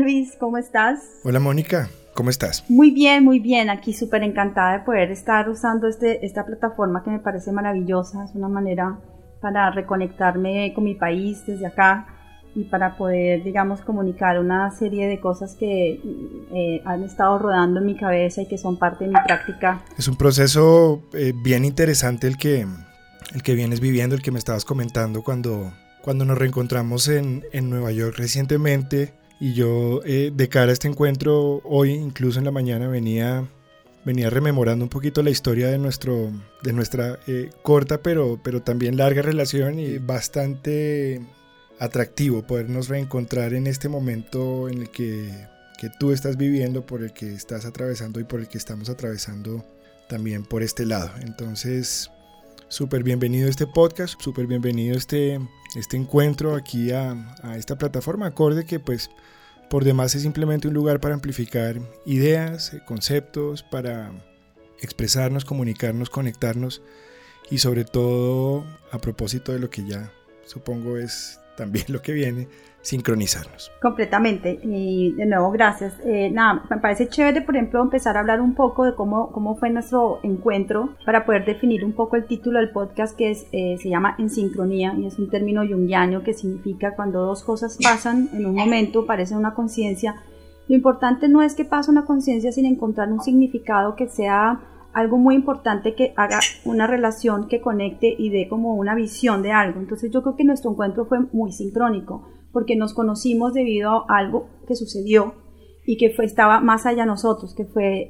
Luis, ¿cómo estás? Hola Mónica, ¿cómo estás? Muy bien, aquí súper encantada de poder estar usando esta plataforma que me parece maravillosa, es una manera para reconectarme con mi país desde acá y para poder, digamos, comunicar una serie de cosas que han estado rodando en mi cabeza y que son parte de mi práctica. Es un proceso bien interesante el que vienes viviendo, el que me estabas comentando cuando nos reencontramos en Nueva York recientemente, y yo de cara a este encuentro hoy, incluso en la mañana, venía rememorando un poquito la historia de nuestra corta pero también larga relación, y bastante atractivo podernos reencontrar en este momento en el que tú estás viviendo, por el que estás atravesando y por el que estamos atravesando también por este lado. Entonces, súper bienvenido a este podcast, súper bienvenido a este encuentro aquí a esta plataforma Acorde, que pues por demás es simplemente un lugar para amplificar ideas, conceptos, para expresarnos, comunicarnos, conectarnos, y sobre todo, a propósito de lo que ya supongo es también lo que viene, sincronizarnos. Completamente, y de nuevo gracias. Me parece chévere, por ejemplo, empezar a hablar un poco de cómo fue nuestro encuentro, para poder definir un poco el título del podcast, que se llama En Sincronía, y es un término junguiano que significa cuando dos cosas pasan en un momento, parece una conciencia. Lo importante no es que pase una conciencia sin encontrar un significado que sea algo muy importante, que haga una relación que conecte y dé como una visión de algo. Entonces yo creo que nuestro encuentro fue muy sincrónico, porque nos conocimos debido a algo que sucedió y que estaba más allá de nosotros, que fue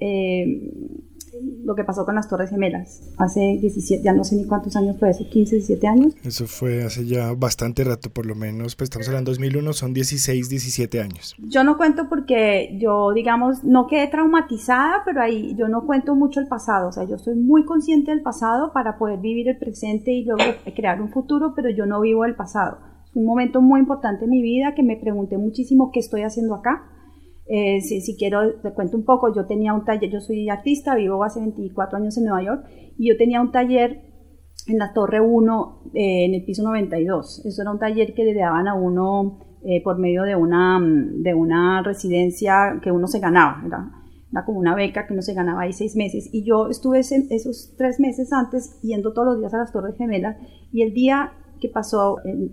lo que pasó con las Torres Gemelas hace 17, ya no sé ni cuántos años fue eso, 15, 17 años. Eso fue hace ya bastante rato, por lo menos, pues estamos hablando de 2001, son 16, 17 años. Yo no cuento porque yo, digamos, no quedé traumatizada, pero ahí yo no cuento mucho el pasado, o sea, yo soy muy consciente del pasado para poder vivir el presente y luego crear un futuro, pero yo no vivo el pasado. Es un momento muy importante en mi vida que me pregunté muchísimo qué estoy haciendo acá. Si quiero, te cuento un poco. Yo tenía un taller, yo soy artista, vivo hace 24 años en Nueva York, y yo tenía un taller en la Torre 1, en el piso 92. Eso era un taller que le daban a uno por medio de una residencia que uno se ganaba, era como una beca que uno se ganaba ahí 6 meses, y yo estuve esos 3 meses antes yendo todos los días a las Torres Gemelas, y el día que pasó el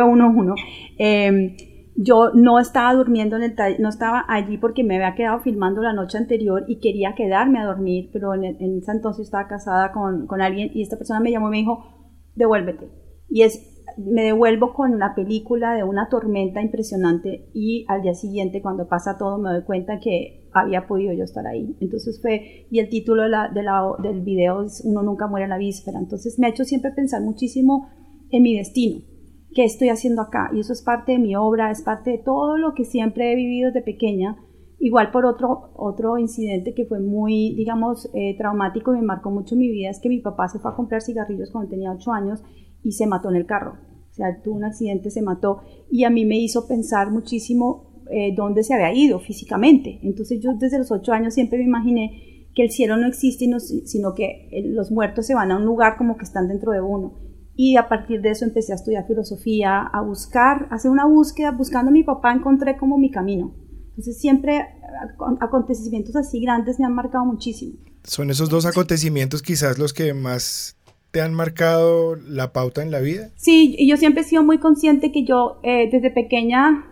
9/11, yo no estaba durmiendo no estaba allí porque me había quedado filmando la noche anterior y quería quedarme a dormir, pero en ese entonces estaba casada con alguien, y esta persona me llamó y me dijo, devuélvete. Y me devuelvo con la película de una tormenta impresionante, y al día siguiente, cuando pasa todo, me doy cuenta que había podido yo estar ahí. Entonces y el título del video es Uno nunca muere en la víspera. Entonces me ha hecho siempre pensar muchísimo en mi destino. ¿Qué estoy haciendo acá? Y eso es parte de mi obra, es parte de todo lo que siempre he vivido desde pequeña. Igual por otro incidente que fue muy, digamos, traumático y me marcó mucho mi vida, es que mi papá se fue a comprar cigarrillos cuando tenía 8 años y se mató en el carro. O sea, tuvo un accidente, se mató, y a mí me hizo pensar muchísimo dónde se había ido físicamente. Entonces yo desde los 8 años siempre me imaginé que el cielo no existe, sino que los muertos se van a un lugar como que están dentro de uno. Y a partir de eso empecé a estudiar filosofía, a hacer una búsqueda, buscando a mi papá encontré como mi camino. Entonces siempre acontecimientos así grandes me han marcado muchísimo. ¿Son esos dos acontecimientos quizás los que más te han marcado la pauta en la vida? Sí, y yo siempre he sido muy consciente que yo desde pequeña,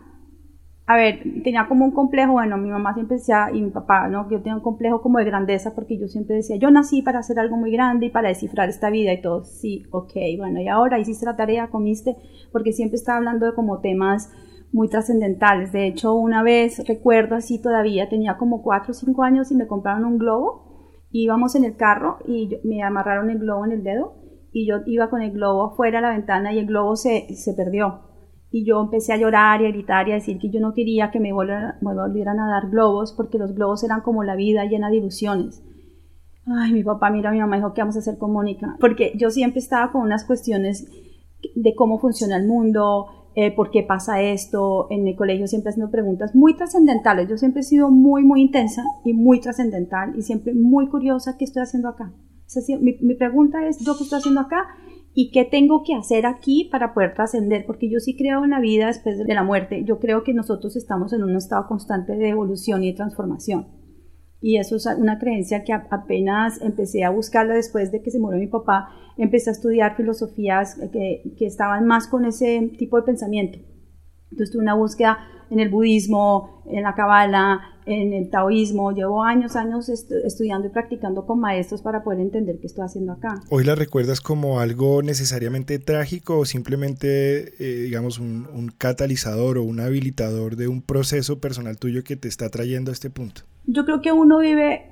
tenía como un complejo, bueno, mi mamá siempre decía, y mi papá, ¿no? Que yo tenía un complejo como de grandeza, porque yo siempre decía, yo nací para hacer algo muy grande y para descifrar esta vida, y todo, sí, ok, bueno, y ahora hiciste la tarea, comiste, porque siempre estaba hablando de como temas muy trascendentales. De hecho, una vez, recuerdo así todavía, tenía como 4 o 5 años y me compraron un globo, íbamos en el carro y me amarraron el globo en el dedo, y yo iba con el globo afuera a la ventana y el globo se perdió. Y yo empecé a llorar y a gritar y a decir que yo no quería que me volvieran a dar globos, porque los globos eran como la vida llena de ilusiones. Ay, mi papá, mira, mi mamá dijo, ¿qué vamos a hacer con Mónica? Porque yo siempre estaba con unas cuestiones de cómo funciona el mundo, por qué pasa esto. En el colegio siempre haciendo preguntas muy trascendentales. Yo siempre he sido muy, muy intensa y muy trascendental, y siempre muy curiosa, ¿qué estoy haciendo acá? O sea, mi pregunta es, ¿yo qué estoy haciendo acá? ¿Y qué tengo que hacer aquí para poder trascender? Porque yo sí creo en la vida después de la muerte. Yo creo que nosotros estamos en un estado constante de evolución y de transformación. Y eso es una creencia que apenas empecé a buscarla después de que se murió mi papá. Empecé a estudiar filosofías que estaban más con ese tipo de pensamiento. Entonces tuve una búsqueda en el budismo, en la cábala, en el taoísmo. Llevo años estudiando y practicando con maestros para poder entender qué estoy haciendo acá. ¿Hoy la recuerdas como algo necesariamente trágico o simplemente, digamos, un catalizador o un habilitador de un proceso personal tuyo que te está trayendo a este punto? Yo creo que uno vive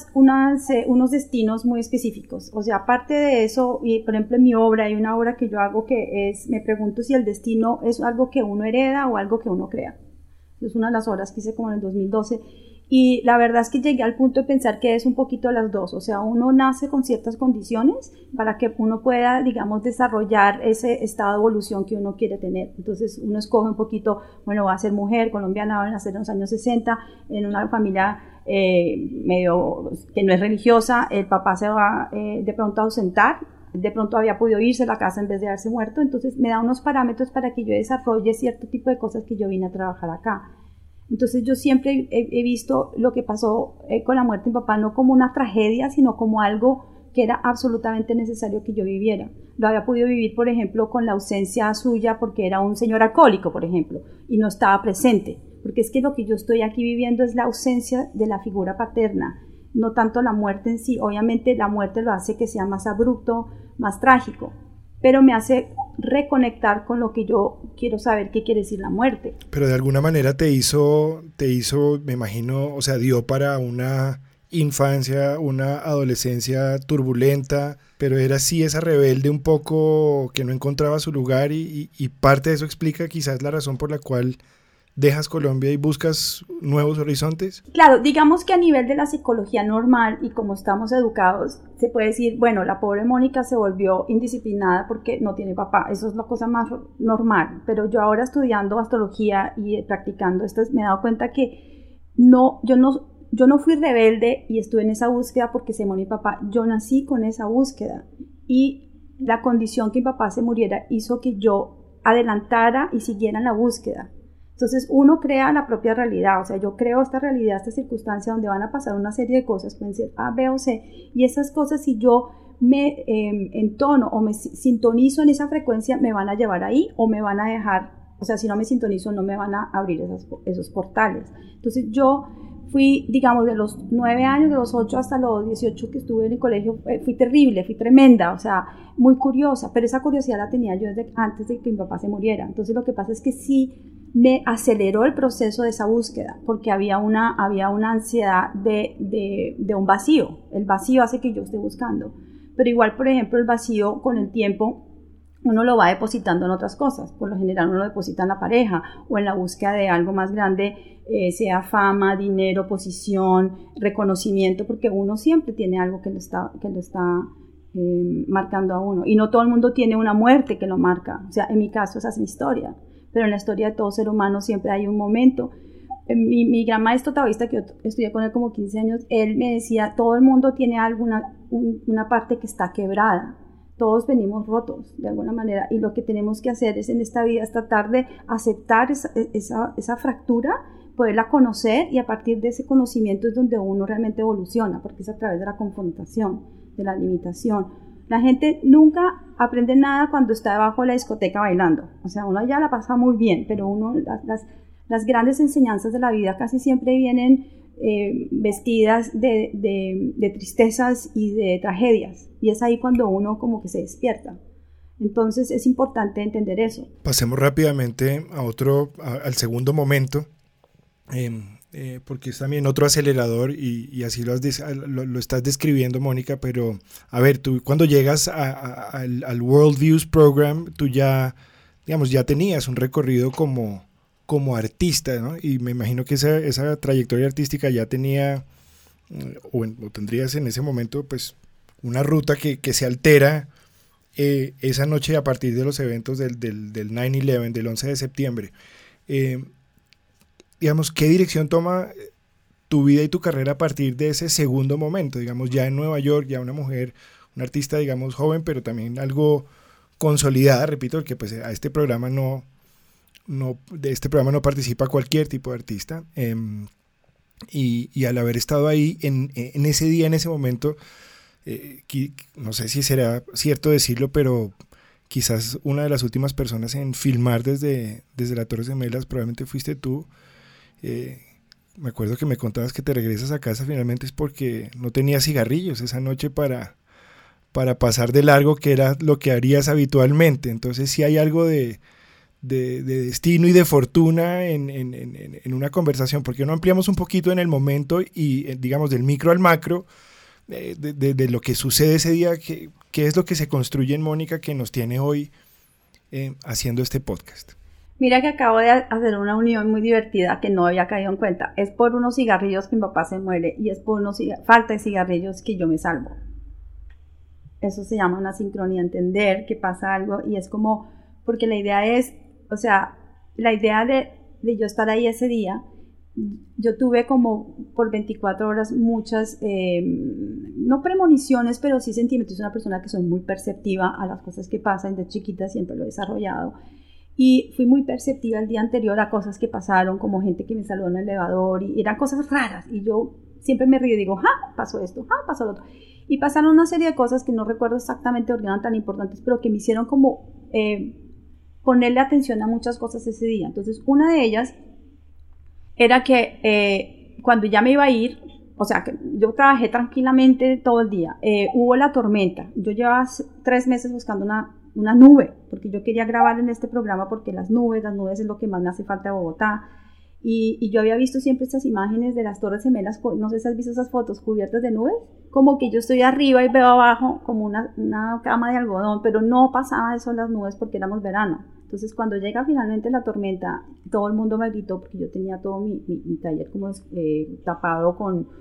unos destinos muy específicos. O sea, aparte de eso, y por ejemplo en mi obra, hay una obra que yo hago que me pregunto si el destino es algo que uno hereda o algo que uno crea. Es una de las obras que hice como en el 2012. Y la verdad es que llegué al punto de pensar que es un poquito de las dos. O sea, uno nace con ciertas condiciones para que uno pueda, digamos, desarrollar ese estado de evolución que uno quiere tener. Entonces uno escoge un poquito, bueno, va a ser mujer colombiana, va a nacer en los años 60, en una familia medio que no es religiosa. El papá se va de pronto a ausentar. De pronto había podido irse a la casa en vez de haberse muerto. Entonces me da unos parámetros para que yo desarrolle cierto tipo de cosas que yo vine a trabajar acá. Entonces yo siempre he visto lo que pasó con la muerte de mi papá no como una tragedia, sino como algo que era absolutamente necesario que yo viviera. Lo había podido vivir, por ejemplo, con la ausencia suya porque era un señor alcohólico, por ejemplo, y no estaba presente. Porque es que lo que yo estoy aquí viviendo es la ausencia de la figura paterna, no tanto la muerte en sí. Obviamente la muerte lo hace que sea más abrupto, más trágico, pero me hace reconectar con lo que yo quiero saber qué quiere decir la muerte. Pero de alguna manera te hizo, me imagino, o sea, dio para una infancia, una adolescencia turbulenta, pero era así esa rebelde un poco que no encontraba su lugar y parte de eso explica quizás la razón por la cual dejas Colombia y buscas nuevos horizontes. Claro, digamos que a nivel de la psicología normal y como estamos educados, se puede decir, bueno, la pobre Mónica se volvió indisciplinada porque no tiene papá. Eso es la cosa más normal. Pero yo ahora estudiando astrología y practicando esto, me he dado cuenta que yo no fui rebelde y estuve en esa búsqueda porque se murió mi papá. Yo nací con esa búsqueda y la condición que mi papá se muriera hizo que yo adelantara y siguiera en la búsqueda. Entonces uno crea la propia realidad, o sea, yo creo esta realidad, esta circunstancia donde van a pasar una serie de cosas, pueden ser A, B o C, y esas cosas si yo me entono o me sintonizo en esa frecuencia, me van a llevar ahí o me van a dejar, o sea, si no me sintonizo no me van a abrir esos portales. Entonces yo fui, digamos, de los 9 años, de los 8 hasta los 18 que estuve en el colegio, fui terrible, fui tremenda, o sea, muy curiosa, pero esa curiosidad la tenía yo desde antes de que mi papá se muriera. Entonces lo que pasa es que sí me aceleró el proceso de esa búsqueda, porque había una ansiedad de un vacío. El vacío hace que yo esté buscando. Pero igual, por ejemplo, el vacío con el tiempo uno lo va depositando en otras cosas. Por lo general uno lo deposita en la pareja o en la búsqueda de algo más grande, sea fama, dinero, posición, reconocimiento, porque uno siempre tiene algo que lo está marcando a uno. Y no todo el mundo tiene una muerte que lo marca. O sea, en mi caso esa es mi historia. Pero en la historia de todo ser humano siempre hay un momento. Mi gran maestro taoísta, que yo estudié con él como 15 años, él me decía, todo el mundo tiene una parte que está quebrada. Todos venimos rotos de alguna manera y lo que tenemos que hacer es en esta vida es tratar de aceptar esa fractura, poderla conocer y a partir de ese conocimiento es donde uno realmente evoluciona, porque es a través de la confrontación, de la limitación. La gente nunca aprende nada cuando está debajo de la discoteca bailando. O sea, uno ya la pasa muy bien, pero las grandes enseñanzas de la vida casi siempre vienen vestidas de tristezas y de tragedias. Y es ahí cuando uno como que se despierta. Entonces es importante entender eso. Pasemos rápidamente al segundo momento. Porque es también otro acelerador y así lo estás describiendo, Mónica, pero a ver, tú cuando llegas al World Views Program, tú ya tenías un recorrido como artista, ¿no? Y me imagino que esa trayectoria artística ya tenía, o tendrías en ese momento, pues, una ruta que se altera esa noche a partir de los eventos del 9/11, del 11 de septiembre. Digamos, ¿qué dirección toma tu vida y tu carrera a partir de ese segundo momento? Digamos, ya en Nueva York, ya una mujer, una artista, digamos, joven, pero también algo consolidada, repito, porque pues a este programa de este programa no participa cualquier tipo de artista, y al haber estado ahí en ese día, en ese momento, no sé si será cierto decirlo, pero quizás una de las últimas personas en filmar desde la Torres Gemelas probablemente fuiste tú. Me acuerdo que me contabas que te regresas a casa finalmente es porque no tenías cigarrillos esa noche para pasar de largo, que era lo que harías habitualmente. Entonces sí hay algo de destino y de fortuna en una conversación, porque no ampliamos un poquito en el momento y digamos del micro al macro, de lo que sucede ese día, qué es lo que se construye en Mónica que nos tiene hoy haciendo este podcast. Mira que acabo de hacer una unión muy divertida que no había caído en cuenta. Es por unos cigarrillos que mi papá se muere y es por falta de cigarrillos que yo me salvo. Eso se llama una sincronía, entender que pasa algo, y es como, porque la idea es, o sea, la idea de yo estar ahí ese día, yo tuve como por 24 horas muchas, no premoniciones, pero sí sentimientos. Soy una persona que soy muy perceptiva a las cosas que pasan, de chiquita siempre lo he desarrollado, y fui muy perceptiva el día anterior a cosas que pasaron, como gente que me saludó en el elevador, y eran cosas raras, y yo siempre me río y digo, pasó esto, pasó lo otro. Y pasaron una serie de cosas que no recuerdo exactamente porque eran tan importantes, pero que me hicieron como ponerle atención a muchas cosas ese día. Entonces, una de ellas era que cuando ya me iba a ir, o sea, que yo trabajé tranquilamente todo el día, hubo la tormenta. Yo llevaba 3 meses buscando una nube, porque yo quería grabar en este programa, porque las nubes es lo que más me hace falta de Bogotá. Y yo había visto siempre estas imágenes de las Torres Gemelas, no sé si has visto esas fotos cubiertas de nubes, como que yo estoy arriba y veo abajo como una cama de algodón, pero no pasaba eso en las nubes porque éramos verano. Entonces cuando llega finalmente la tormenta, todo el mundo me gritó porque yo tenía todo mi taller como tapado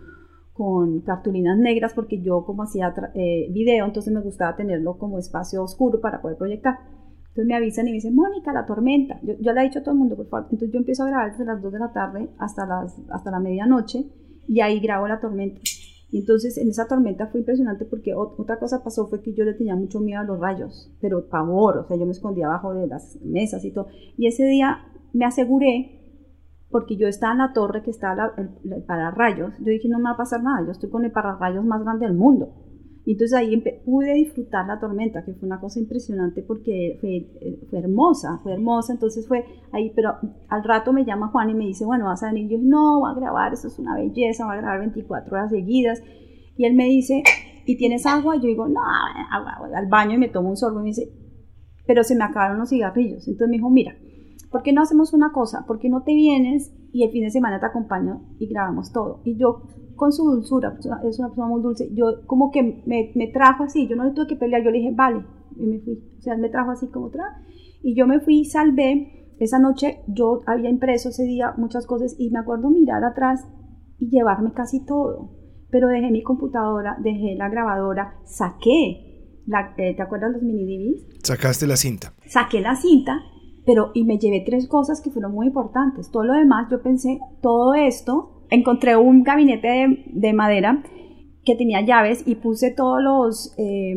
con cartulinas negras, porque yo como hacía video, entonces me gustaba tenerlo como espacio oscuro para poder proyectar. Entonces me avisan y me dicen, Mónica, la tormenta. Yo le he dicho a todo el mundo, por favor. Entonces yo empiezo a grabar desde las 2 de la tarde hasta la medianoche, y ahí grabo la tormenta. Y entonces en esa tormenta fue impresionante porque otra cosa pasó, fue que yo le tenía mucho miedo a los rayos, pero pavor, o sea, yo me escondía abajo de las mesas y todo. Y ese día me aseguré, porque yo estaba en la torre que está el pararrayos. Yo dije, no me va a pasar nada, yo estoy con el pararrayos más grande del mundo. Y entonces ahí pude disfrutar la tormenta, que fue una cosa impresionante porque fue hermosa. Entonces fue ahí, pero al rato me llama Juan y me dice, bueno, ¿vas a venir? Yo dije, no, voy a grabar, eso es una belleza, voy a grabar 24 horas seguidas. Y él me dice, ¿y tienes agua? Y yo digo, no, agua, voy al baño y me tomo un sorbo. Y me dice, pero se me acabaron los cigarrillos. Entonces me dijo, mira, ¿por qué no hacemos una cosa? ¿Por qué no te vienes y el fin de semana te acompaño y grabamos todo? Y yo, con su dulzura, es una persona muy dulce, yo como que me trajo así, yo no le tuve que pelear, yo le dije, vale, y me fui. O sea, él me trajo así como y yo me fui y salvé. Esa noche yo había impreso ese día muchas cosas y me acuerdo mirar atrás y llevarme casi todo, pero dejé mi computadora, dejé la grabadora, saqué, ¿te acuerdas los mini DVDs? Sacaste la cinta. Saqué la cinta, y me llevé 3 cosas que fueron muy importantes. Todo lo demás, yo pensé, todo esto, encontré un gabinete de madera que tenía llaves y puse todos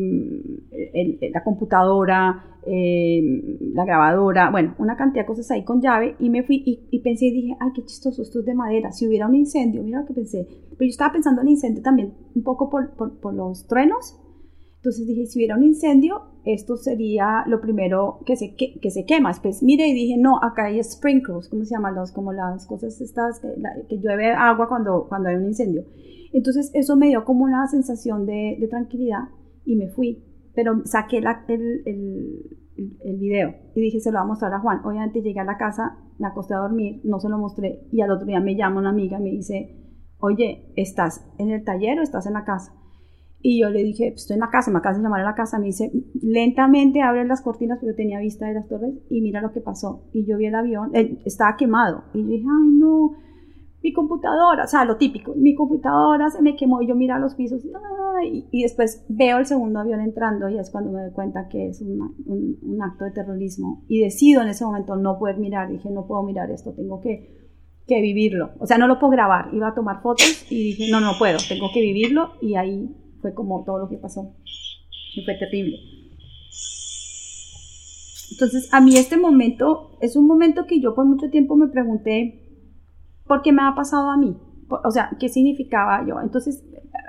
la computadora, la grabadora, bueno, una cantidad de cosas ahí con llave, y me fui y pensé y dije, ay, qué chistoso, esto es de madera. Si hubiera un incendio, mira lo que pensé. Pero yo estaba pensando en incendio también, un poco por los truenos. Entonces dije, si hubiera un incendio, esto sería lo primero que se quema. Después miré y dije, no, acá hay sprinkles, ¿cómo se llaman? Como las cosas estas que llueve agua cuando hay un incendio. Entonces eso me dio como una sensación de tranquilidad y me fui. Pero saqué el video y dije, se lo voy a mostrar a Juan. Obviamente llegué a la casa, me acosté a dormir, no se lo mostré, y al otro día me llama una amiga y me dice, oye, ¿estás en el taller o estás en la casa? Y yo le dije, estoy en la casa, me acabas de llamar a la casa. Me dice, lentamente abre las cortinas, porque yo tenía vista de las torres, y mira lo que pasó. Y yo vi el avión, estaba quemado. Y yo dije, ay no, mi computadora, o sea, lo típico, mi computadora se me quemó. Y yo mira los pisos, y después veo el segundo avión entrando, y es cuando me doy cuenta que es un acto de terrorismo. Y decido en ese momento no poder mirar. Dije, no puedo mirar esto, tengo que vivirlo. O sea, no lo puedo grabar. Iba a tomar fotos y dije, no puedo, tengo que vivirlo. Y ahí fue como todo lo que pasó, y fue terrible. Entonces, a mí este momento es un momento que yo por mucho tiempo me pregunté, ¿por qué me ha pasado a mí? O sea, ¿qué significaba yo? Entonces,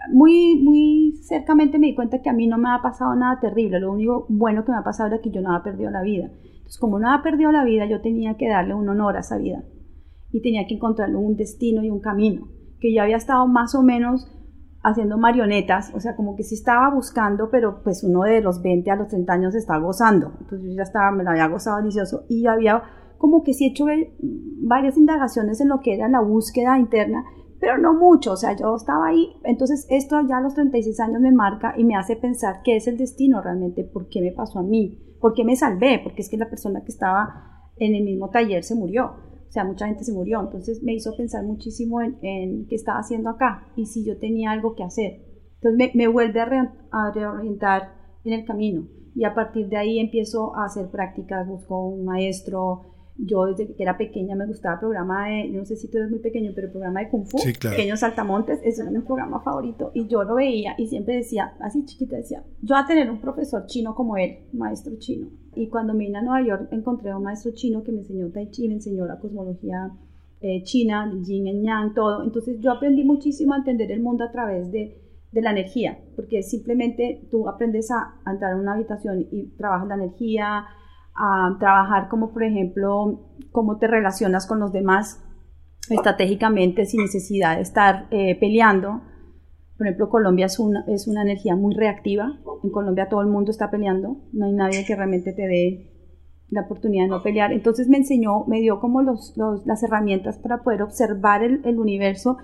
muy cercamente me di cuenta que a mí no me ha pasado nada terrible. Lo único bueno que me ha pasado era que yo no había perdido la vida. Entonces, como no había perdido la vida, yo tenía que darle un honor a esa vida. Y tenía que encontrarle un destino y un camino. Que yo había estado más o menos haciendo marionetas, o sea, como que sí estaba buscando, pero pues uno de los 20 a los 30 años está gozando. Entonces yo ya estaba, me la había gozado delicioso. Y yo había como que sí hecho varias indagaciones en lo que era la búsqueda interna, pero no mucho, o sea, yo estaba ahí. Entonces esto ya a los 36 años me marca y me hace pensar qué es el destino realmente, por qué me pasó a mí, por qué me salvé, porque es que la persona que estaba en el mismo taller se murió, o sea, mucha gente se murió. Entonces me hizo pensar muchísimo en qué estaba haciendo acá y si yo tenía algo que hacer. Entonces me vuelve a reorientar en el camino y a partir de ahí empiezo a hacer prácticas, busco un maestro. Yo desde que era pequeña me gustaba el programa de, no sé si tú eres muy pequeño, pero el programa de Kung Fu, sí, claro. Pequeños Saltamontes, ese era mi programa favorito y yo lo veía y siempre decía, así chiquita decía, yo voy a tener un profesor chino como él, maestro chino. Y cuando me vine a Nueva York encontré a un maestro chino que me enseñó Tai Chi, me enseñó la cosmología china, Yin y Yang, todo. Entonces yo aprendí muchísimo a entender el mundo a través de la energía, porque simplemente tú aprendes a entrar en una habitación y trabajas la energía, a trabajar como por ejemplo cómo te relacionas con los demás estratégicamente sin necesidad de estar peleando. Por ejemplo, Colombia es una energía muy reactiva. En Colombia todo el mundo está peleando, no hay nadie que realmente te dé la oportunidad de no pelear. Entonces me dio como las herramientas para poder observar el universo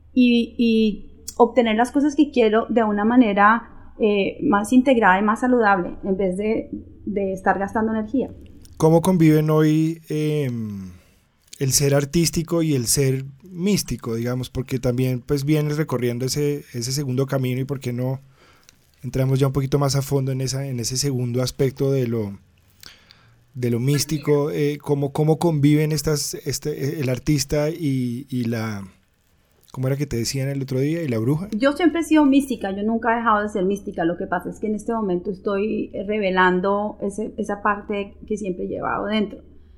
y obtener las cosas que quiero de una manera más integrada y más saludable, en vez de estar gastando energía. ¿Cómo conviven hoy el ser artístico y el ser místico, digamos? Porque también pues vienes recorriendo ese segundo camino, y por qué no entramos ya un poquito más a fondo en ese segundo aspecto de lo místico. ¿Cómo conviven el artista y la... ¿Cómo era que te decían el otro día? ¿Y la bruja? Yo siempre he sido mística, yo nunca he dejado de ser mística. Lo que pasa es que en este momento estoy revelando esa parte que siempre he llevado dentro.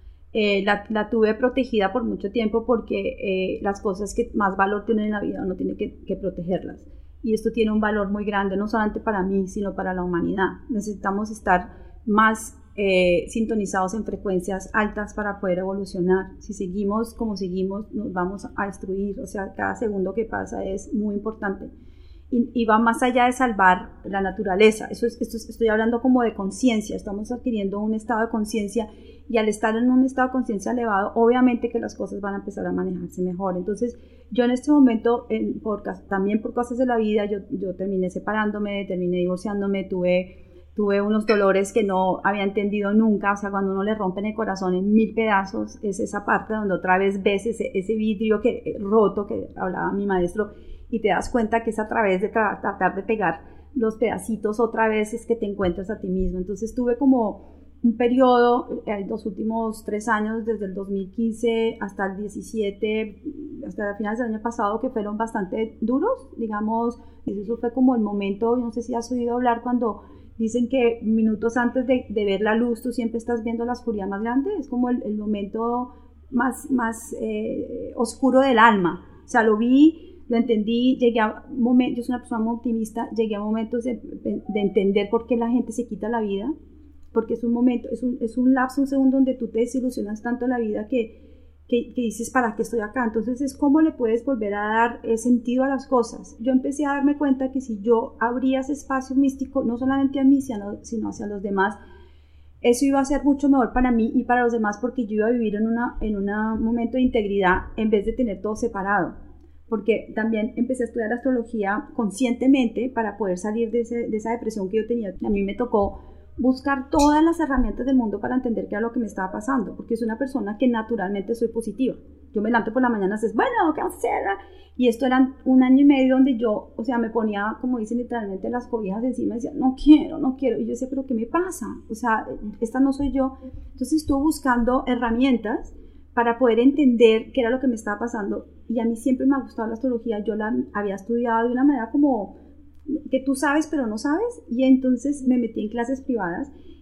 La tuve protegida por mucho tiempo porque las cosas que más valor tienen en la vida uno tiene que protegerlas. Y esto tiene un valor muy grande, no solamente para mí, sino para la humanidad. Necesitamos estar más sintonizados en frecuencias altas para poder evolucionar. Si seguimos como seguimos, nos vamos a destruir. O sea, cada segundo que pasa es muy importante. Y va más allá de salvar la naturaleza. Estoy hablando como de conciencia. Estamos adquiriendo un estado de conciencia, y al estar en un estado de conciencia elevado, obviamente que las cosas van a empezar a manejarse mejor. Entonces, yo en este momento, también por cosas de la vida, yo terminé separándome, terminé divorciándome, tuve unos dolores que no había entendido nunca. O sea, cuando uno le rompen el corazón en 1000 pedazos, es esa parte donde otra vez ves ese vidrio roto que hablaba mi maestro, y te das cuenta que es a través de tratar de pegar los pedacitos otra vez es que te encuentras a ti mismo. Entonces tuve como un periodo, los últimos 3 años, desde el 2015 hasta el 17, hasta finales del año pasado, que fueron bastante duros, digamos. Y eso fue como el momento, no sé si has oído hablar cuando dicen que minutos antes de ver la luz tú siempre estás viendo la oscuridad más grande. Es como el momento más oscuro del alma. O sea, lo vi, lo entendí, llegué a momentos, yo soy una persona muy optimista, llegué a momentos de entender por qué la gente se quita la vida, porque es un momento, es un lapso, un segundo donde tú te desilusionas tanto de la vida que dices, ¿para qué estoy acá? Entonces es cómo le puedes volver a dar sentido a las cosas. Yo empecé a darme cuenta que si yo abría ese espacio místico, no solamente a mí, sino hacia los demás, eso iba a ser mucho mejor para mí y para los demás, porque yo iba a vivir en un momento de integridad en vez de tener todo separado. Porque también empecé a estudiar astrología conscientemente para poder salir de esa depresión que yo tenía. A mí me tocó buscar todas las herramientas del mundo para entender qué era lo que me estaba pasando, porque soy una persona que naturalmente soy positiva. Yo me levanto por la mañana y dices, bueno, ¿qué vamos a hacer? Y esto era 1 año y medio donde yo, o sea, me ponía, como dicen literalmente, las cobijas encima y decía, no quiero. Y yo decía, ¿pero qué me pasa? O sea, esta no soy yo. Entonces estuve buscando herramientas para poder entender qué era lo que me estaba pasando. Y a mí siempre me ha gustado la astrología. Yo la había estudiado de una manera como que tú sabes pero no sabes, y entonces me metí en clases privadas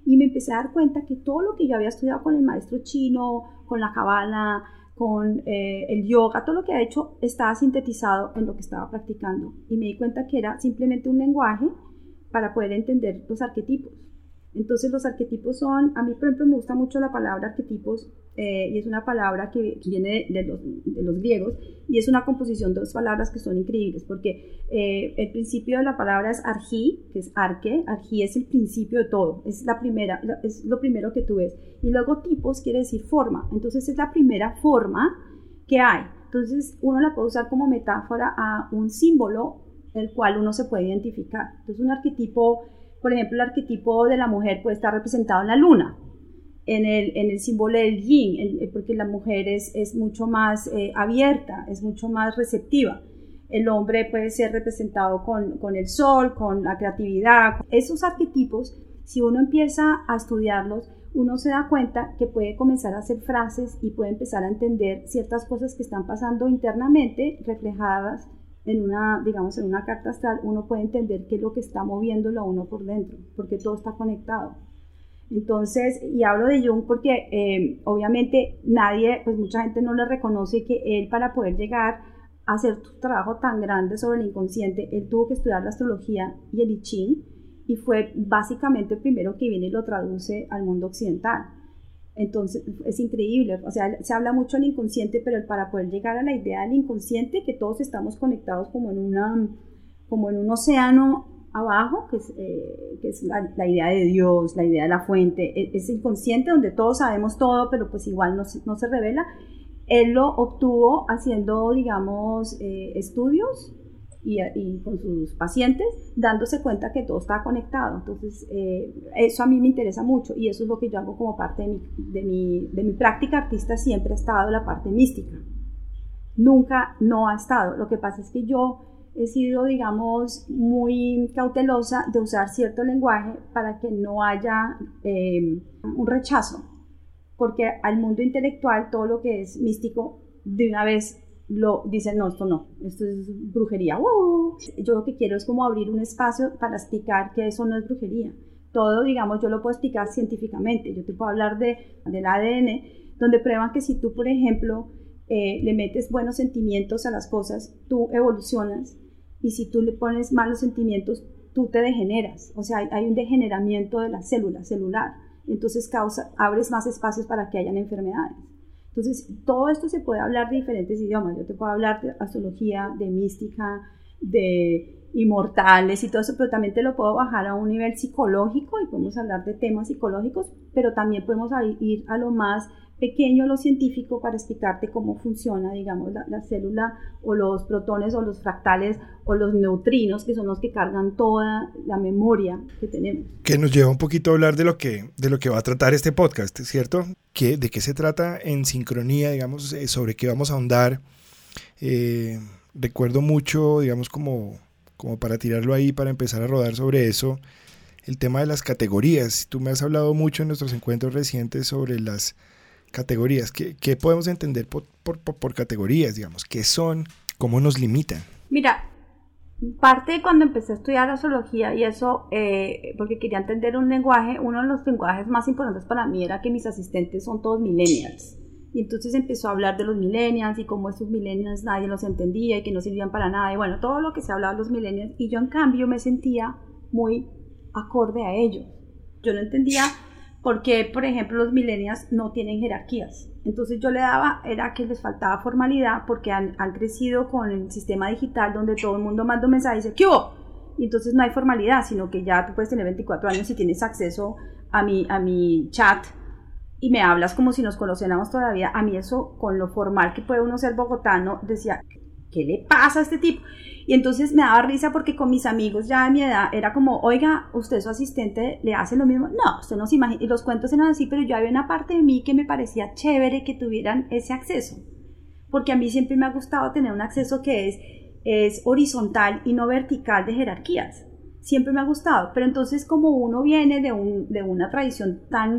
y me empecé a dar cuenta que todo lo que yo había estudiado con el maestro chino, con la cábala, con el yoga, todo lo que ha hecho estaba sintetizado en lo que estaba practicando, y me di cuenta que era simplemente un lenguaje para poder entender los arquetipos. Entonces los arquetipos son, a mí por ejemplo me gusta mucho la palabra arquetipos, y es una palabra que viene de los griegos, y es una composición de dos palabras que son increíbles, porque el principio de la palabra es arjí, que es arque, arjí es el principio de todo, es lo primero que tú ves, y luego tipos quiere decir forma, entonces es la primera forma que hay. Entonces uno la puede usar como metáfora a un símbolo el cual uno se puede identificar. Entonces un arquetipo, por ejemplo, el arquetipo de la mujer puede estar representado en la luna, en el símbolo del yin, porque la mujer es mucho más abierta, es mucho más receptiva. El hombre puede ser representado con el sol, con la creatividad. Esos arquetipos, si uno empieza a estudiarlos, uno se da cuenta que puede comenzar a hacer frases y puede empezar a entender ciertas cosas que están pasando internamente, reflejadas en una carta astral. Uno puede entender qué es lo que está moviéndolo a uno por dentro, porque todo está conectado. Entonces, y hablo de Jung porque obviamente mucha gente no le reconoce que él, para poder llegar a hacer un trabajo tan grande sobre el inconsciente, él tuvo que estudiar la astrología y el I Ching, y fue básicamente el primero que viene y lo traduce al mundo occidental. Entonces es increíble, o sea, se habla mucho del inconsciente, pero para poder llegar a la idea del inconsciente, que todos estamos conectados como en un océano abajo, que es la idea de Dios, la idea de la fuente, es inconsciente donde todos sabemos todo, pero pues igual no se revela. Él lo obtuvo haciendo, digamos, estudios y con sus pacientes, dándose cuenta que todo está conectado. Entonces eso a mí me interesa mucho, y eso es lo que yo hago como parte de mi práctica artista. Siempre ha estado la parte mística, nunca no ha estado. Lo que pasa es que yo he sido, digamos, muy cautelosa de usar cierto lenguaje para que no haya un rechazo, porque al mundo intelectual todo lo que es místico de una vez lo dicen: no, esto es brujería. Yo lo que quiero es como abrir un espacio para explicar que eso no es brujería. Todo, digamos, yo lo puedo explicar científicamente. Yo te puedo hablar del ADN, donde prueban que si tú, por ejemplo, le metes buenos sentimientos a las cosas, tú evolucionas, y si tú le pones malos sentimientos, tú te degeneras. O sea, hay un degeneramiento de la célula celular, entonces abres más espacios para que hayan enfermedades. Entonces todo esto se puede hablar de diferentes idiomas. Yo te puedo hablar de astrología, de mística, de inmortales y todo eso, pero también te lo puedo bajar a un nivel psicológico, y podemos hablar de temas psicológicos, pero también podemos ir a lo más pequeño, lo científico, para explicarte cómo funciona, digamos, la célula, o los protones, o los fractales, o los neutrinos, que son los que cargan toda la memoria que tenemos. Que nos lleva un poquito a hablar de lo que va a tratar este podcast, ¿cierto? ¿De qué se trata en sincronía, digamos, sobre qué vamos a ahondar? Recuerdo mucho, digamos, como para tirarlo ahí, para empezar a rodar sobre eso, el tema de las categorías. Tú me has hablado mucho en nuestros encuentros recientes sobre las categorías. ¿Qué podemos entender por categorías, digamos? ¿Qué son? ¿Cómo nos limitan? Mira, parte de cuando empecé a estudiar astrología y eso, porque quería entender un lenguaje, uno de los lenguajes más importantes para mí era que mis asistentes son todos millennials. Y entonces empezó a hablar de los millennials y cómo esos millennials nadie los entendía y que no servían para nada. Y bueno, todo lo que se hablaba de los millennials. Y yo, en cambio, me sentía muy acorde a ellos. Yo no entendía por qué, por ejemplo, los millennials no tienen jerarquías. Entonces yo le daba, era que les faltaba formalidad, porque han crecido con el sistema digital, donde todo el mundo manda un mensaje y dice: ¿qué hubo? Y entonces no hay formalidad, sino que ya tú puedes tener 24 años y tienes acceso a mi chat y me hablas como si nos conociéramos todavía. A mí eso, con lo formal que puede uno ser bogotano, decía: ¿qué le pasa a este tipo? Y entonces me daba risa, porque con mis amigos ya de mi edad era como: oiga, ¿usted, su asistente, le hace lo mismo? No, usted no se imagina. Y los cuentos eran así, pero yo había una parte de mí que me parecía chévere que tuvieran ese acceso, porque a mí siempre me ha gustado tener un acceso que es horizontal y no vertical, de jerarquías. Siempre me ha gustado. Pero entonces, como uno viene de una tradición tan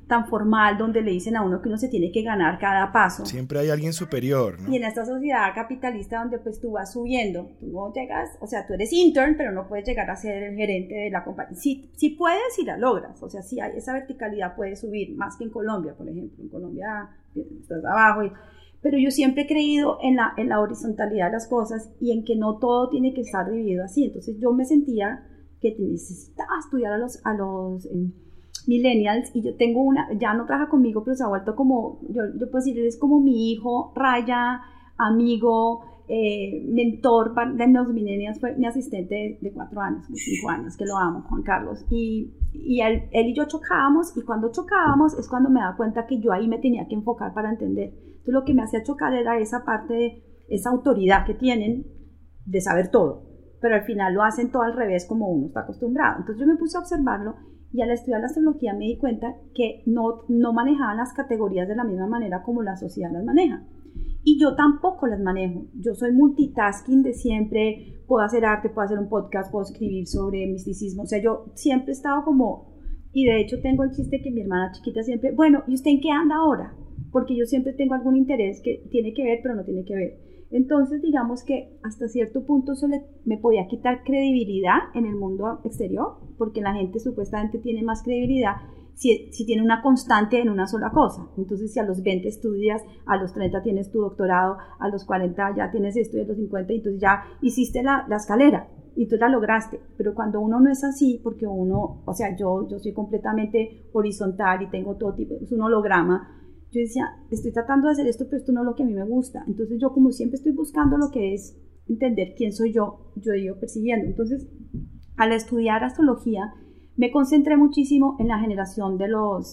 tan formal donde le dicen a uno que uno se tiene que ganar cada paso. Siempre hay alguien superior, ¿no? Y en esta sociedad capitalista donde pues tú vas subiendo, tú no llegas, o sea, tú eres intern, pero no puedes llegar a ser el gerente de la compañía. Sí puedes y la logras, o sea, sí hay esa verticalidad, puedes subir, más que en Colombia, por ejemplo. En Colombia estás abajo, pero yo siempre he creído en la horizontalidad de las cosas y en que no todo tiene que estar dividido así. Entonces yo me sentía que necesitaba estudiar a los millennials, y yo tengo ya no trabaja conmigo, pero se ha vuelto como, yo puedo decir, es como mi hijo, raya, amigo, mentor de los millennials, fue mi asistente de 4 años, 5 años, que lo amo, Juan Carlos, y él y yo chocábamos, y cuando chocábamos es cuando me daba cuenta que yo ahí me tenía que enfocar para entender. Entonces lo que me hacía chocar era esa parte de esa autoridad que tienen de saber todo, pero al final lo hacen todo al revés como uno está acostumbrado. Entonces yo me puse a observarlo, y al estudiar la astrología me di cuenta que no manejaban las categorías de la misma manera como la sociedad las maneja. Y yo tampoco las manejo. Yo soy multitasking de siempre, puedo hacer arte, puedo hacer un podcast, puedo escribir sobre misticismo. O sea, yo siempre he estado como, y de hecho tengo el chiste que mi hermana chiquita siempre, bueno, ¿y usted en qué anda ahora? Porque yo siempre tengo algún interés que tiene que ver, pero no tiene que ver. Entonces, digamos que hasta cierto punto eso me podía quitar credibilidad en el mundo exterior, porque la gente supuestamente tiene más credibilidad si tiene una constante en una sola cosa. Entonces, si a los 20 estudias, a los 30 tienes tu doctorado, a los 40 ya tienes esto, y a los 50, entonces ya hiciste la escalera, y tú la lograste. Pero cuando uno no es así, porque uno, o sea, yo soy completamente horizontal y tengo todo tipo, es un holograma. Yo decía, estoy tratando de hacer esto, pero esto no es lo que a mí me gusta. Entonces yo, como siempre estoy buscando lo que es entender quién soy yo he ido persiguiendo. Entonces, al estudiar astrología, me concentré muchísimo en la generación de los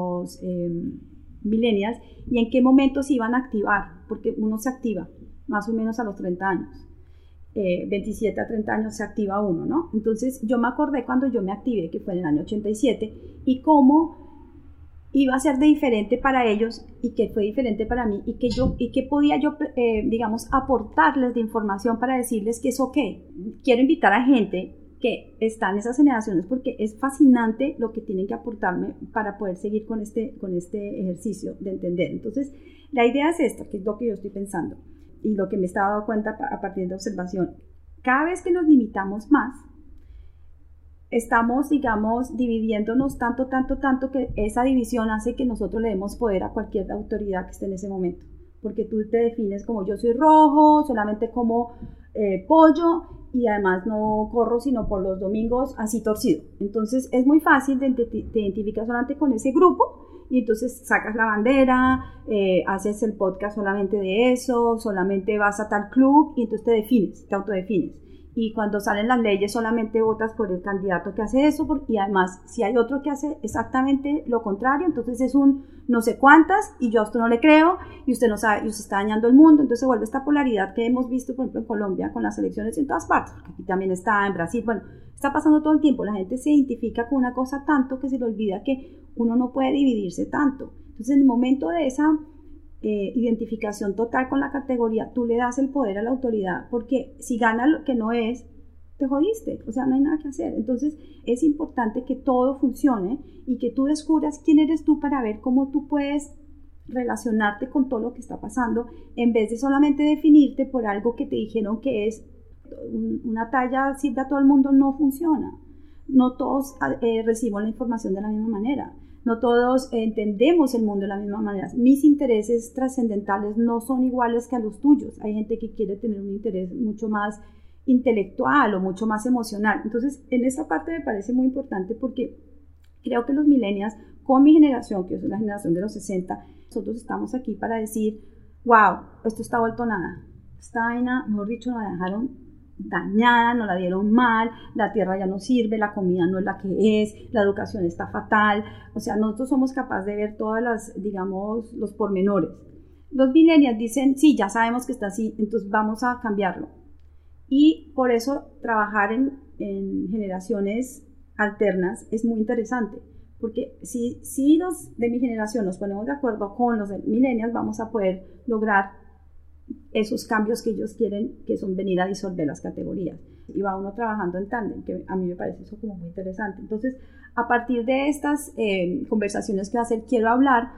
millennials y en qué momentos se iban a activar, porque uno se activa más o menos a los 30 años. 27 a 30 años se activa uno, ¿no? Entonces yo me acordé cuando yo me activé, que fue en el año 87, y cómo iba a ser de diferente para ellos y que fue diferente para mí, y que podía yo, digamos, aportarles de información para decirles que es ok. Quiero invitar a gente que está en esas generaciones porque es fascinante lo que tienen que aportarme para poder seguir con este ejercicio de entender. Entonces, la idea es esta, que es lo que yo estoy pensando y lo que me estaba dando cuenta a partir de observación. Cada vez que nos limitamos más, estamos, digamos, dividiéndonos tanto que esa división hace que nosotros le demos poder a cualquier autoridad que esté en ese momento, porque tú te defines como yo soy rojo, solamente como pollo, y además no corro sino por los domingos así torcido. Entonces es muy fácil de identificar solamente con ese grupo, y entonces sacas la bandera, haces el podcast solamente de eso, solamente vas a tal club, y entonces te autodefines. Y cuando salen las leyes solamente votas por el candidato que hace eso, y además si hay otro que hace exactamente lo contrario, entonces es un no sé cuántas, y yo a usted no le creo, y usted no sabe, y usted está dañando el mundo. Entonces se vuelve esta polaridad que hemos visto, por ejemplo, en Colombia, con las elecciones en todas partes, porque aquí también está, en Brasil, bueno, está pasando todo el tiempo. La gente se identifica con una cosa tanto que se le olvida que uno no puede dividirse tanto. Entonces en el momento de esa identificación total con la categoría, tú le das el poder a la autoridad, porque si gana lo que no es, te jodiste, o sea, no hay nada que hacer. Entonces es importante que todo funcione y que tú descubras quién eres tú para ver cómo tú puedes relacionarte con todo lo que está pasando, en vez de solamente definirte por algo que te dijeron que es una talla sirve a todo el mundo. No funciona. No todos recibimos la información de la misma manera. No todos entendemos el mundo de la misma manera. Mis intereses trascendentales no son iguales que a los tuyos. Hay gente que quiere tener un interés mucho más intelectual o mucho más emocional. Entonces, en esa parte me parece muy importante, porque creo que los millennials, con mi generación, que yo soy la generación de los 60, nosotros estamos aquí para decir, wow, esto está vuelto nada. Esta vaina, mejor dicho, nos la dejaron dañada, nos la dieron mal, la tierra ya no sirve, la comida no es la que es, la educación está fatal. O sea, nosotros somos capaces de ver todas las, digamos, los pormenores. Los millennials dicen, sí, ya sabemos que está así, entonces vamos a cambiarlo. Y por eso trabajar en generaciones alternas es muy interesante, porque si los de mi generación nos ponemos de acuerdo con los de millennials, vamos a poder lograr esos cambios que ellos quieren, que son venir a disolver las categorías. y va uno trabajando en tándem, que a mí me parece eso como muy interesante. Entonces, a partir de estas conversaciones que va a hacer, quiero hablar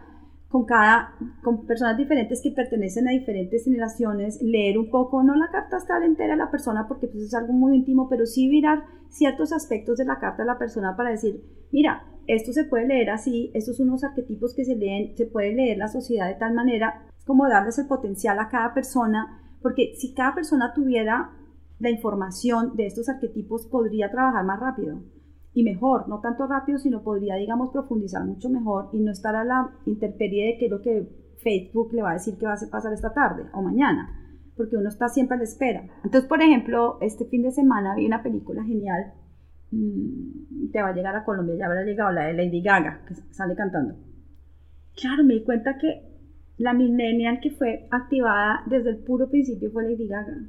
con personas diferentes que pertenecen a diferentes generaciones, leer un poco, no la carta astral entera de la persona, porque pues es algo muy íntimo, pero sí mirar ciertos aspectos de la carta de la persona para decir, mira, esto se puede leer así, estos son unos arquetipos que se leen, se puede leer la sociedad de tal manera, es como darles el potencial a cada persona, porque si cada persona tuviera la información de estos arquetipos, podría trabajar más rápido y mejor, no tanto rápido, sino podría, digamos, profundizar mucho mejor y no estar a la intemperie de qué es lo que Facebook le va a decir que va a pasar esta tarde o mañana, porque uno está siempre a la espera. Entonces, por ejemplo, este fin de semana vi una película genial, te va a llegar a Colombia, ya habrá llegado, la de Lady Gaga, que sale cantando. Claro, me di cuenta que la millennial que fue activada desde el puro principio fue Lady Gaga.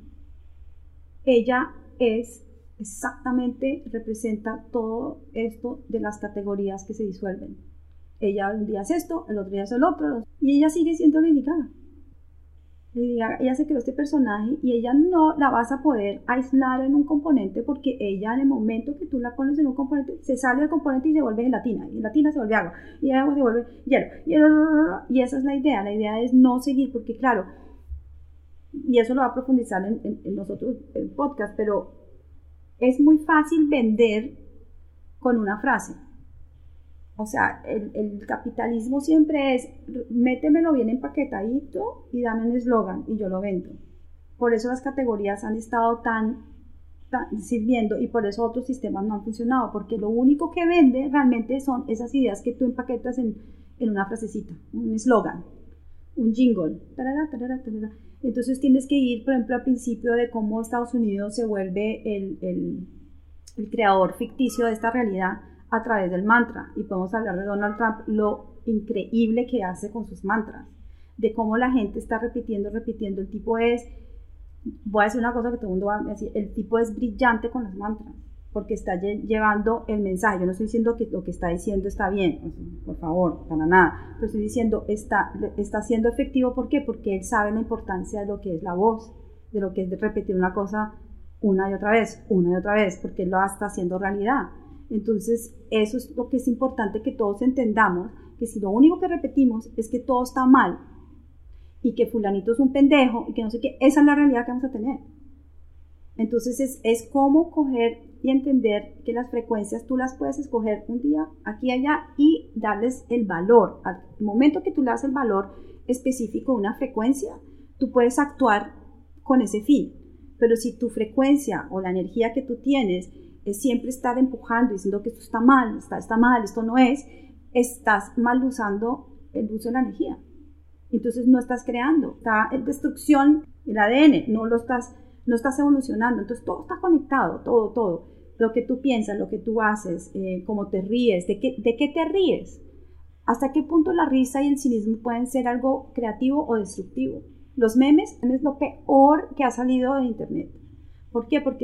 Ella es exactamente, representa todo esto de las categorías que se disuelven. Ella un día es esto, el otro día es el otro, y ella sigue siendo Lady Gaga. Lady Gaga, ella se creó este personaje y ella no la vas a poder aislar en un componente, porque ella, en el momento que tú la pones en un componente, se sale del componente y se vuelve gelatina, y gelatina se vuelve agua, y agua se vuelve hielo, y esa es la idea es no seguir, porque claro, y eso lo va a profundizar en los otros podcasts, pero es muy fácil vender con una frase. O sea, el capitalismo siempre es, métemelo bien empaquetadito y dame un eslogan y yo lo vendo. Por eso las categorías han estado tan sirviendo, y por eso otros sistemas no han funcionado, porque lo único que vende realmente son esas ideas que tú empaquetas en una frasecita, un eslogan, un jingle. Tarara, tarara, tarara. Entonces tienes que ir, por ejemplo, al principio de cómo Estados Unidos se vuelve el creador ficticio de esta realidad a través del mantra. Y podemos hablar de Donald Trump, lo increíble que hace con sus mantras, de cómo la gente está repitiendo. El tipo es, voy a decir una cosa que todo el mundo va a decir, el tipo es brillante con los mantras, porque está llevando el mensaje. Yo no estoy diciendo que lo que está diciendo está bien, por favor, para nada, pero estoy diciendo está siendo efectivo. ¿Por qué? Porque él sabe la importancia de lo que es la voz, de lo que es de repetir una cosa una y otra vez, porque él lo está haciendo realidad. Entonces, eso es lo que es importante que todos entendamos, que si lo único que repetimos es que todo está mal, y que fulanito es un pendejo, y que no sé qué, esa es la realidad que vamos a tener. Entonces es como coger y entender que las frecuencias tú las puedes escoger un día, aquí y allá, y darles el valor. Al momento que tú le das el valor específico de una frecuencia, tú puedes actuar con ese fin. Pero si tu frecuencia o la energía que tú tienes es siempre estar empujando, diciendo que esto está mal, esto no es, estás mal usando el uso de la energía. Entonces no estás creando, está en destrucción el ADN, no estás evolucionando. Entonces todo está conectado, todo. Lo que tú piensas, lo que tú haces, cómo te ríes, de qué te ríes. ¿Hasta qué punto la risa y el cinismo pueden ser algo creativo o destructivo? Los memes es lo peor que ha salido de internet. ¿Por qué? Porque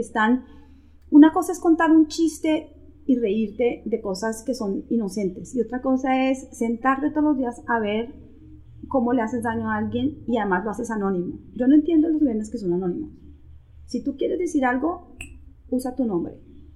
una cosa es contar un chiste y reírte de cosas que son inocentes, y otra cosa es sentarte todos los días a ver cómo le haces daño a alguien, y además lo haces anónimo. Yo no entiendo los memes que son anónimos. Si tú quieres decir algo, usa tu nombre,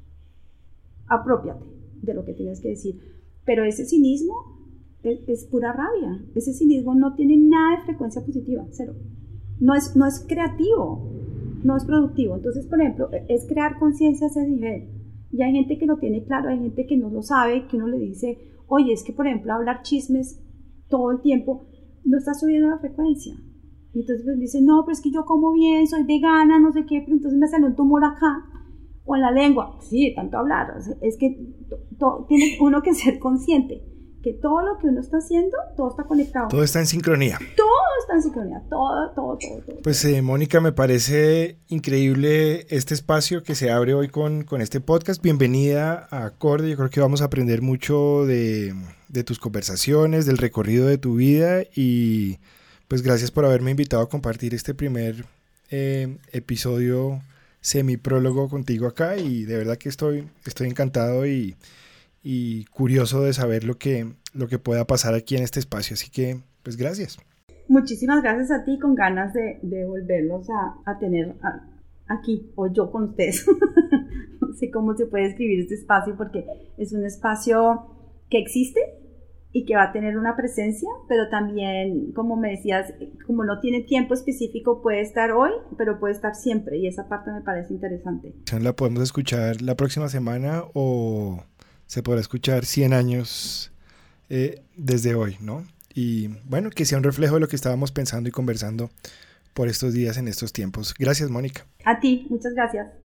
apropiate de lo que tienes que decir, pero ese cinismo es pura rabia. Ese cinismo no tiene nada de frecuencia positiva, cero. No es creativo, no es productivo. Entonces, por ejemplo, es crear conciencia a ese nivel. Y hay gente que lo tiene claro, hay gente que no lo sabe, que uno le dice, oye, es que por ejemplo hablar chismes todo el tiempo no está subiendo la frecuencia. Y entonces pues dice, no, pero es que yo como bien, soy vegana, no sé qué, pero entonces me salió un tumor acá, o en la lengua. Sí, tanto hablar. O sea, es que tiene uno que ser consciente que todo lo que uno está haciendo, todo está conectado. Todo está en sincronía. Todo está en sincronía, todo. Pues Mónica, me parece increíble este espacio que se abre hoy con este podcast. Bienvenida a Acorde. Yo creo que vamos a aprender mucho de tus conversaciones, del recorrido de tu vida, y pues gracias por haberme invitado a compartir este primer episodio semiprólogo contigo acá, y de verdad que estoy encantado y curioso de saber lo que pueda pasar aquí en este espacio, así que pues gracias. Muchísimas gracias a ti, con ganas de volverlos a tener aquí, o yo con ustedes. No sé cómo se puede describir este espacio, porque es un espacio que existe y que va a tener una presencia, pero también, como me decías, como no tiene tiempo específico, puede estar hoy, pero puede estar siempre, y esa parte me parece interesante. ¿La podemos escuchar la próxima semana o se podrá escuchar 100 años desde hoy, ¿no? Y bueno, que sea un reflejo de lo que estábamos pensando y conversando por estos días, en estos tiempos. Gracias, Mónica. A ti, muchas gracias.